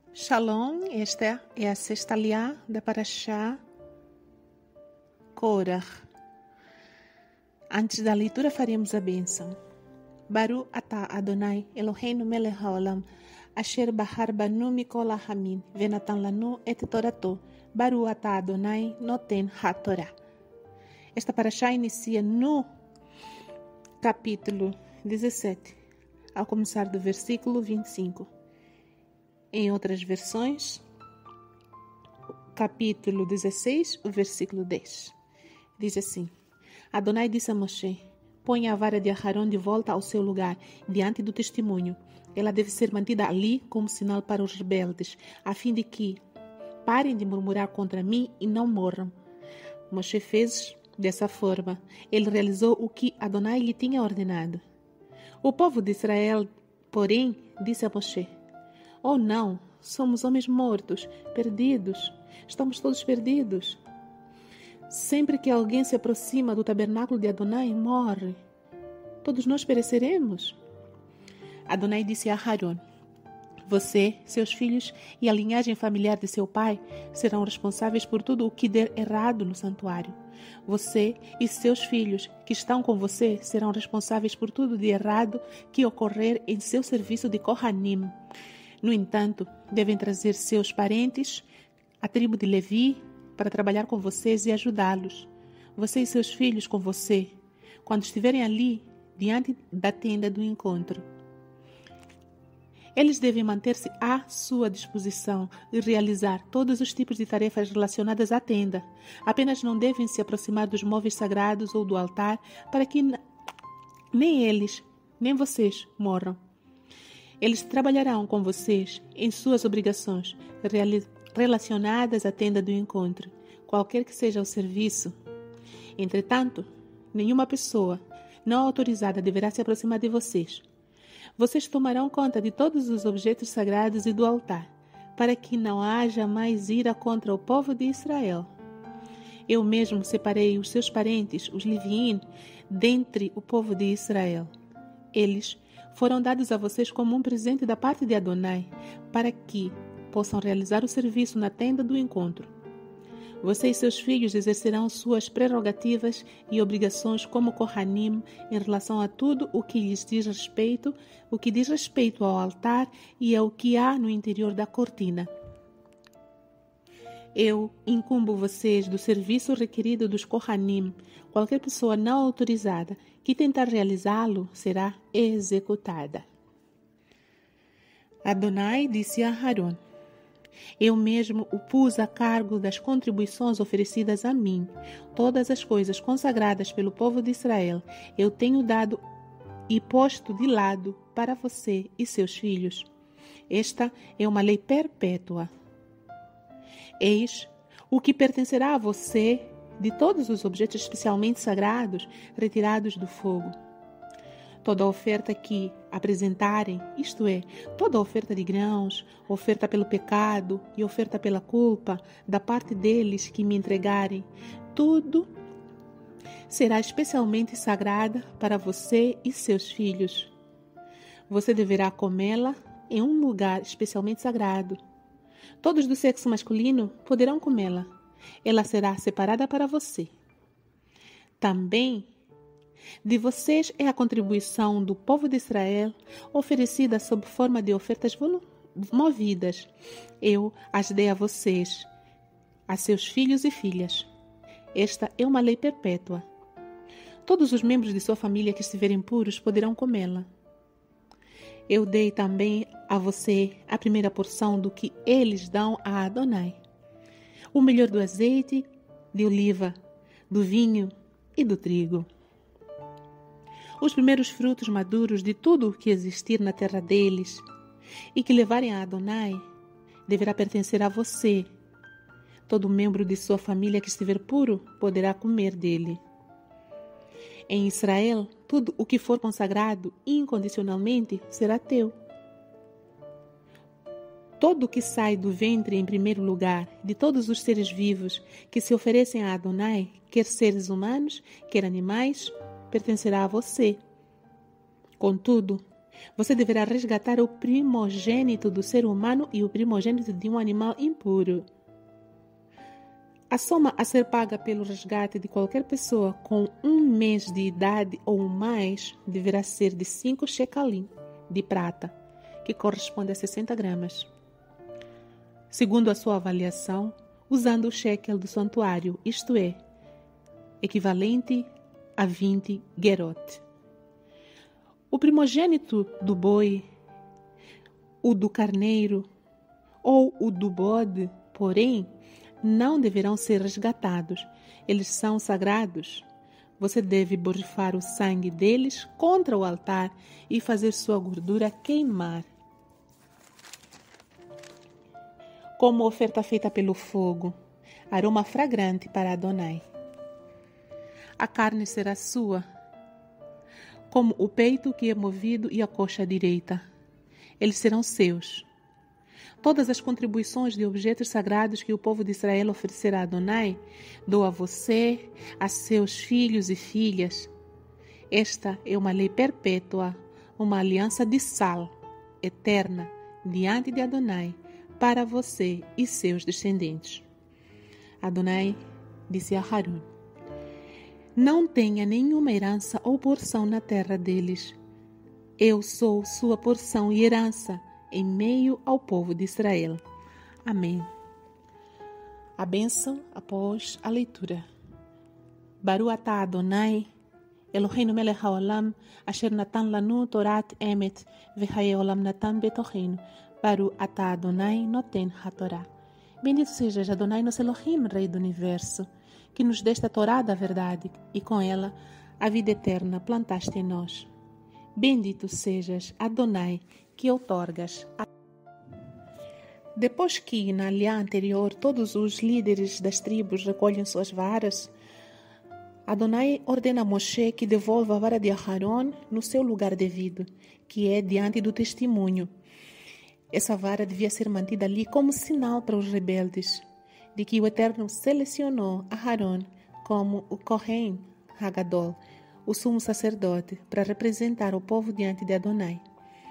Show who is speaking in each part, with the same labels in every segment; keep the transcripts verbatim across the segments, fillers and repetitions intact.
Speaker 1: Shalom, esta é a sexta liá da Parashá Korah. Antes da leitura faremos a bênção. Baru atah Adonai Eloheinu melech haolam asher bahar banu mikol hamin venatan lanu et torato. Baru atah Adonai noten ha-Torah. Esta Parashá inicia no capítulo dezessete, ao começar do versículo vinte e cinco. Em outras versões, capítulo dezesseis, o versículo dez. Diz assim: Adonai disse a Moshe: ponha a vara de Aharon de volta ao seu lugar, diante do testemunho. Ela deve ser mantida ali como sinal para os rebeldes, a fim de que parem de murmurar contra mim e não morram. Moshe fez dessa forma. Ele realizou o que Adonai lhe tinha ordenado. O povo de Israel, porém, disse a Moshe: oh não, somos homens mortos, perdidos, estamos todos perdidos. Sempre que alguém se aproxima do tabernáculo de Adonai, morre. Todos nós pereceremos. Adonai disse a Aharon: você, seus filhos e a linhagem familiar de seu pai serão responsáveis por tudo o que der errado no santuário. Você e seus filhos que estão com você serão responsáveis por tudo de errado que ocorrer em seu serviço de Kohanim. No entanto, devem trazer seus parentes, a tribo de Levi, para trabalhar com vocês e ajudá-los. Você e seus filhos com você, quando estiverem ali, diante da tenda do encontro. Eles devem manter-se à sua disposição e realizar todos os tipos de tarefas relacionadas à tenda. Apenas não devem se aproximar dos móveis sagrados ou do altar para que nem eles, nem vocês morram. Eles trabalharão com vocês em suas obrigações relacionadas à tenda do encontro, qualquer que seja o serviço. Entretanto, nenhuma pessoa não autorizada deverá se aproximar de vocês. Vocês tomarão conta de todos os objetos sagrados e do altar, para que não haja mais ira contra o povo de Israel. Eu mesmo separei os seus parentes, os Leviim, dentre o povo de Israel. Eles foram dados a vocês como um presente da parte de Adonai, para que possam realizar o serviço na tenda do encontro. Você e seus filhos exercerão suas prerrogativas e obrigações como Kohanim em relação a tudo o que lhes diz respeito, o que diz respeito ao altar e ao que há no interior da cortina. Eu incumbo vocês do serviço requerido dos Kohanim. Qualquer pessoa não autorizada que tentar realizá-lo será executada. Adonai disse a Aharon: eu mesmo o pus a cargo das contribuições oferecidas a mim. Todas as coisas consagradas pelo povo de Israel eu tenho dado e posto de lado para você e seus filhos. Esta é uma lei perpétua. Eis o que pertencerá a você de todos os objetos especialmente sagrados retirados do fogo. Toda oferta que apresentarem, isto é, toda oferta de grãos, oferta pelo pecado e oferta pela culpa, da parte deles que me entregarem, tudo será especialmente sagrada para você e seus filhos. Você deverá comê-la em um lugar especialmente sagrado. Todos do sexo masculino poderão comê-la. Ela será separada para você. Também de vocês é a contribuição do povo de Israel, oferecida sob forma de ofertas movidas. Eu as dei a vocês, a seus filhos e filhas. Esta é uma lei perpétua. Todos os membros de sua família que estiverem puros poderão comê-la. Eu dei também a você a primeira porção do que eles dão a Adonai, o melhor do azeite, de oliva, do vinho e do trigo. Os primeiros frutos maduros de tudo o que existir na terra deles e que levarem a Adonai deverá pertencer a você. Todo membro de sua família que estiver puro poderá comer dele. Em Israel, tudo o que for consagrado incondicionalmente será teu. Todo o que sai do ventre em primeiro lugar, de todos os seres vivos que se oferecem a Adonai, quer seres humanos, quer animais, pertencerá a você. Contudo, Você deverá resgatar o primogênito do ser humano e o primogênito de um animal impuro. A soma a ser paga pelo resgate de qualquer pessoa com um mês de idade ou mais deverá ser de cinco shekelim de prata, que corresponde a sessenta gramas. Segundo a sua avaliação, usando o shekel do santuário, isto é, equivalente a vinte gerot. O primogênito do boi, o do carneiro ou o do bode, porém, não deverão ser resgatados. Eles são sagrados. Você deve borrifar o sangue deles contra o altar e fazer sua gordura queimar, como oferta feita pelo fogo, aroma fragrante para Adonai. A carne será sua, como o peito que é movido e a coxa direita. Eles serão seus. Todas as contribuições de objetos sagrados que o povo de Israel oferecerá a Adonai, dou a você, a seus filhos e filhas. Esta é uma lei perpétua, uma aliança de sal, eterna, diante de Adonai, para você e seus descendentes. Adonai disse a Harun: não tenha nenhuma herança ou porção na terra deles. Eu sou sua porção e herança em meio ao povo de Israel. Amém. A bênção após a leitura. Baruch atah Adonai, Eloheinu melech haolam, asher natan lanu torat emet, vechaye olam natan betochenu. Baruch atah Adonai noten hatorá. Bendito sejas Adonai, nosso Elohim, Rei do Universo, que nos deste a Torá da verdade, e com ela a vida eterna plantaste em nós. Bendito sejas Adonai, que outorgas. A... Depois que, na aliá anterior, todos os líderes das tribos recolhem suas varas, Adonai ordena a Moshe que devolva a vara de Aharon no seu lugar devido, que é diante do testemunho. Essa vara devia ser mantida ali como sinal para os rebeldes, de que o Eterno selecionou Aharon como o Kohen Hagadol, o sumo sacerdote, para representar o povo diante de Adonai.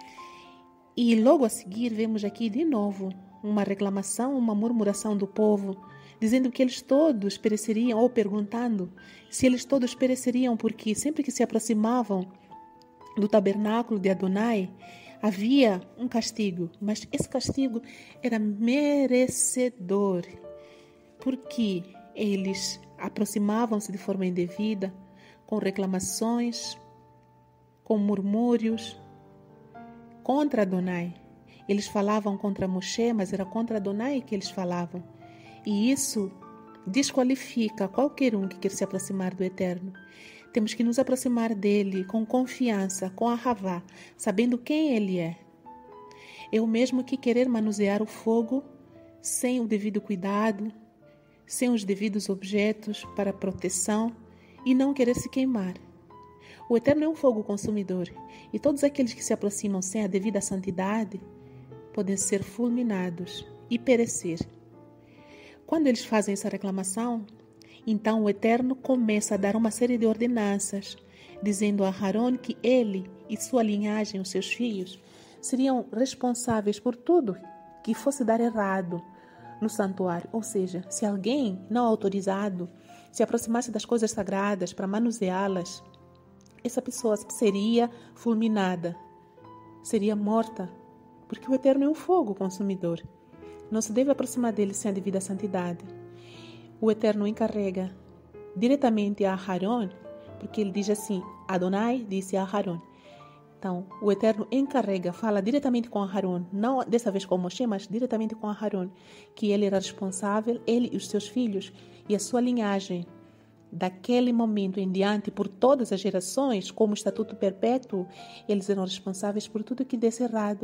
Speaker 1: E logo a seguir vemos aqui de novo uma reclamação, uma murmuração do povo, dizendo que eles todos pereceriam, ou perguntando se eles todos pereceriam, porque sempre que se aproximavam do tabernáculo de Adonai, havia um castigo, mas esse castigo era merecedor, porque eles aproximavam-se de forma indevida, com reclamações, com murmúrios, contra Adonai. Eles falavam contra Moshe, mas era contra Adonai que eles falavam. E isso desqualifica qualquer um que quer se aproximar do Eterno. Temos que nos aproximar dele com confiança, com ahavá, sabendo quem ele é. É o mesmo que querer manusear o fogo sem o devido cuidado, sem os devidos objetos para proteção e não querer se queimar. O Eterno é um fogo consumidor, e todos aqueles que se aproximam sem a devida santidade podem ser fulminados e perecer. Quando eles fazem essa reclamação, então o Eterno começa a dar uma série de ordenanças, dizendo a Aharon que ele e sua linhagem, os seus filhos, seriam responsáveis por tudo que fosse dar errado no santuário. Ou seja, se alguém não autorizado se aproximasse das coisas sagradas para manuseá-las, essa pessoa seria fulminada, seria morta, porque o Eterno é um fogo consumidor. Não se deve aproximar dele sem a devida santidade. O Eterno encarrega diretamente a Aharon, porque ele diz assim, Adonai disse a Aharon. Então, o Eterno encarrega, fala diretamente com Aharon, não dessa vez com Moshe, mas diretamente com Aharon, que ele era responsável, ele e os seus filhos, e a sua linhagem, daquele momento em diante, por todas as gerações, como estatuto perpétuo, eles eram responsáveis por tudo que desse errado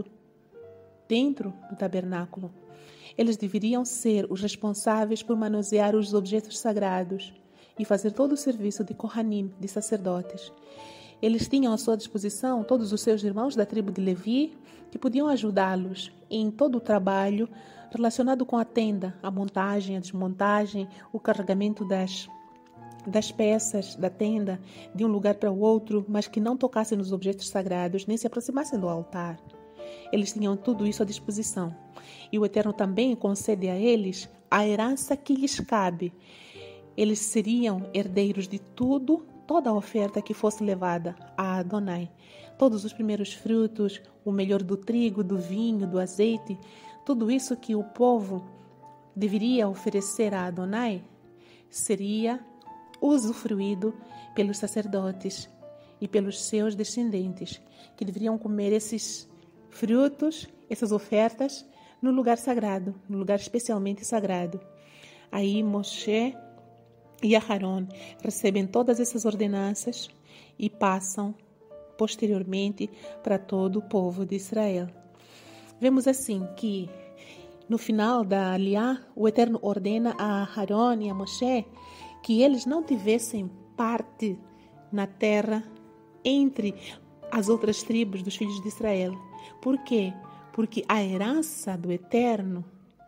Speaker 1: dentro do tabernáculo. Eles deveriam ser os responsáveis por manusear os objetos sagrados e fazer todo o serviço de Kohanim, de sacerdotes. Eles tinham à sua disposição todos os seus irmãos da tribo de Levi, que podiam ajudá-los em todo o trabalho relacionado com a tenda, a montagem, a desmontagem, o carregamento das das peças da tenda de um lugar para o outro, mas que não tocassem nos objetos sagrados, nem se aproximassem do altar. Eles tinham tudo isso à disposição. E o Eterno também concede a eles a herança que lhes cabe. Eles seriam herdeiros de tudo, toda a oferta que fosse levada a Adonai. Todos os primeiros frutos, o melhor do trigo, do vinho, do azeite, tudo isso que o povo deveria oferecer a Adonai, seria usufruído pelos sacerdotes e pelos seus descendentes, que deveriam comer esses frutos, essas ofertas, no lugar sagrado, no lugar especialmente sagrado. Aí Moshe e Aharon recebem todas essas ordenanças e passam posteriormente para todo o povo de Israel. Vemos assim que no final da aliá, o Eterno ordena a Aharon e a Moshe que eles não tivessem parte na terra entre as outras tribos dos filhos de Israel. Por quê? Porque a herança do Eterno,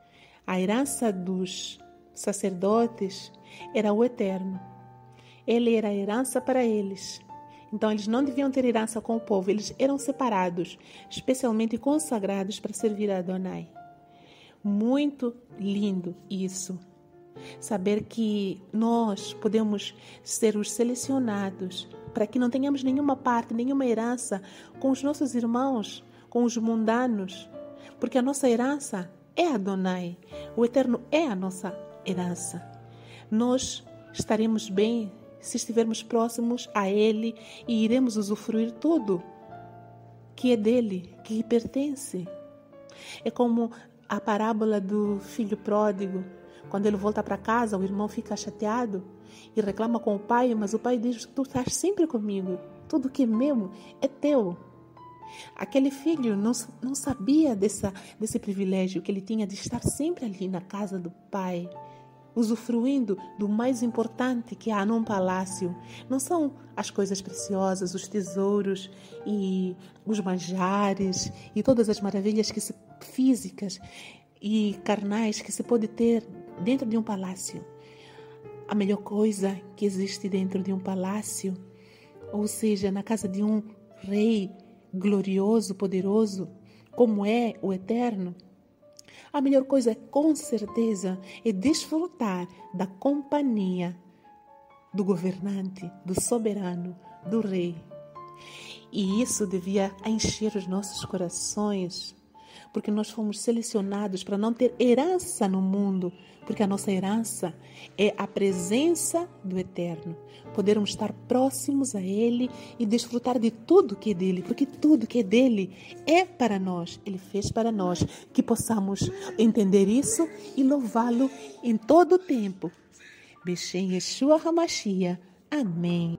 Speaker 1: a herança dos sacerdotes, era o Eterno. Ele era a herança para eles. Então, eles não deviam ter herança com o povo. Eles eram separados, especialmente consagrados para servir a Adonai. Muito lindo isso. Saber que nós podemos ser os selecionados para que não tenhamos nenhuma parte, nenhuma herança com os nossos irmãos, com os mundanos. Porque a nossa herança é Adonai. O Eterno é a nossa herança. Nós estaremos bem se estivermos próximos a Ele e iremos usufruir tudo que é dele, que lhe pertence. É como a parábola do filho pródigo. Quando ele volta para casa, o irmão fica chateado e reclama com o pai, mas o pai diz: tu estás sempre comigo, tudo que é meu é teu. Aquele filho não, não sabia dessa, desse privilégio que ele tinha de estar sempre ali na casa do pai, usufruindo do mais importante que há num palácio. Não são as coisas preciosas, os tesouros e os manjares e todas as maravilhas que se, físicas e carnais que se pode ter dentro de um palácio. A melhor coisa que existe dentro de um palácio, ou seja, na casa de um rei glorioso, poderoso, como é o Eterno, a melhor coisa, com certeza, é desfrutar da companhia do governante, do soberano, do rei. E isso devia encher os nossos corações, porque nós fomos selecionados para não ter herança no mundo, porque a nossa herança é a presença do Eterno. Podermos estar próximos a Ele e desfrutar de tudo que é dele, porque tudo que é dele é para nós. Ele fez para nós, que possamos entender isso e louvá-lo em todo o tempo. Beshem Yeshua HaMashiach. Amém.